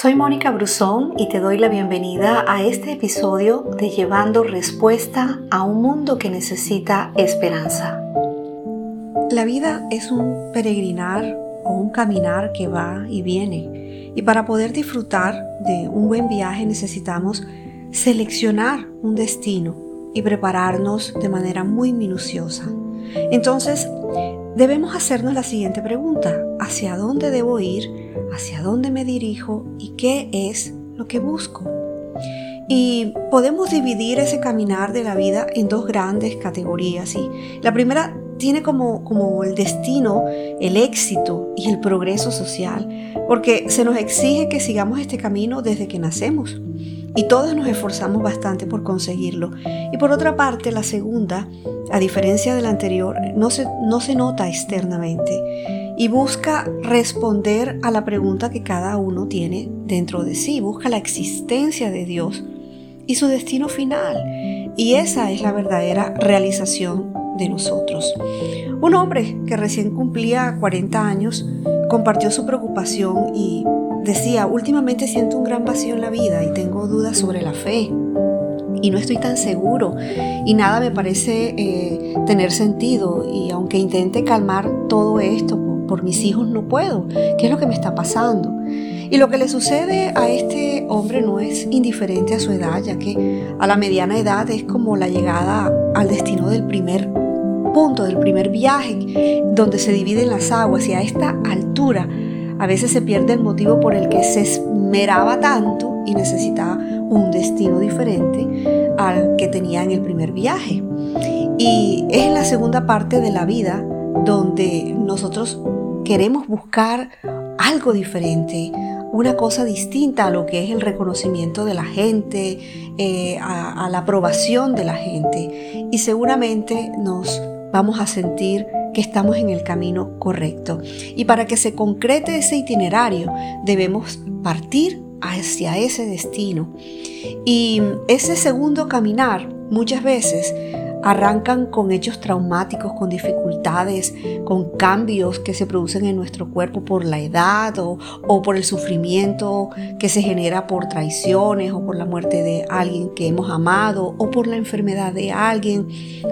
Soy Mónica Brusón y te doy la bienvenida a este episodio de Llevando Respuesta a un mundo que necesita esperanza. La vida es un peregrinar o un caminar que va y viene. Y para poder disfrutar de un buen viaje necesitamos seleccionar un destino y prepararnos de manera muy minuciosa. Entonces, debemos hacernos la siguiente pregunta: ¿hacia dónde debo ir? ¿Hacia dónde me dirijo? ¿Y qué es lo que busco? Y podemos dividir ese caminar de la vida en dos grandes categorías. Y la primera tiene como el destino, el éxito y el progreso social, porque se nos exige que sigamos este camino desde que nacemos. Y todos nos esforzamos bastante por conseguirlo. Y por otra parte, la segunda, a diferencia de la anterior, no se nota externamente y busca responder a la pregunta que cada uno tiene dentro de sí. Busca la existencia de Dios y su destino final. Y esa es la verdadera realización de nosotros. Un hombre que recién cumplía 40 años compartió su preocupación y decía: últimamente siento un gran vacío en la vida y tengo dudas sobre la fe y no estoy tan seguro y nada me parece tener sentido, y aunque intente calmar todo esto por mis hijos no puedo. ¿Qué es lo que me está pasando? Y lo que le sucede a este hombre no es indiferente a su edad, ya que a la mediana edad es como la llegada al destino del primer punto, del primer viaje, donde se dividen las aguas, y a esta altura a veces se pierde el motivo por el que se esmeraba tanto y necesitaba un destino diferente al que tenía en el primer viaje. Y es en la segunda parte de la vida donde nosotros queremos buscar algo diferente, una cosa distinta a lo que es el reconocimiento de la gente, a la aprobación de la gente, y seguramente nos vamos a sentir que estamos en el camino correcto. Y para que se concrete ese itinerario debemos partir hacia ese destino. Y ese segundo caminar muchas veces arrancan con hechos traumáticos, con dificultades, con cambios que se producen en nuestro cuerpo por la edad o por el sufrimiento que se genera por traiciones o por la muerte de alguien que hemos amado o por la enfermedad de alguien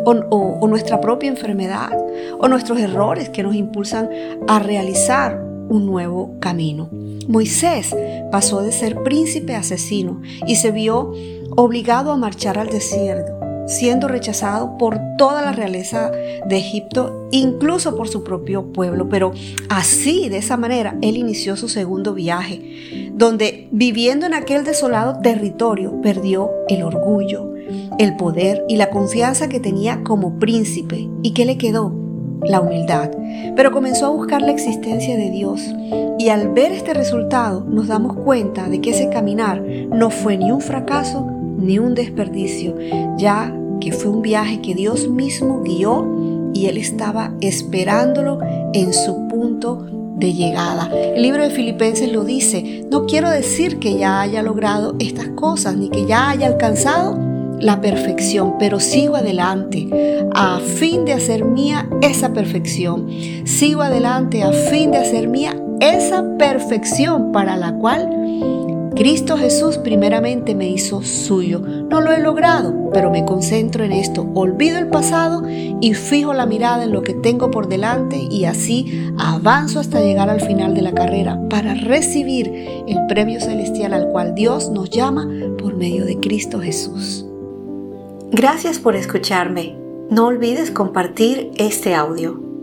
o nuestra propia enfermedad o nuestros errores que nos impulsan a realizar un nuevo camino. Moisés pasó de ser príncipe a asesino y se vio obligado a marchar al desierto, siendo rechazado por toda la realeza de Egipto, incluso por su propio pueblo. Pero así, de esa manera, él inició su segundo viaje, donde, viviendo en aquel desolado territorio, perdió el orgullo, el poder y la confianza que tenía como príncipe. ¿Y qué le quedó? La humildad. Pero comenzó a buscar la existencia de Dios. Y al ver este resultado, nos damos cuenta de que ese caminar no fue ni un fracaso ni un desperdicio, ya que fue un viaje que Dios mismo guió y Él estaba esperándolo en su punto de llegada. El libro de Filipenses lo dice: no quiero decir que ya haya logrado estas cosas ni que ya haya alcanzado la perfección, pero sigo adelante a fin de hacer mía esa perfección. Sigo adelante a fin de hacer mía esa perfección para la cual Cristo Jesús primeramente me hizo suyo. No lo he logrado, pero me concentro en esto. Olvido el pasado y fijo la mirada en lo que tengo por delante, y así avanzo hasta llegar al final de la carrera para recibir el premio celestial al cual Dios nos llama por medio de Cristo Jesús. Gracias por escucharme. No olvides compartir este audio.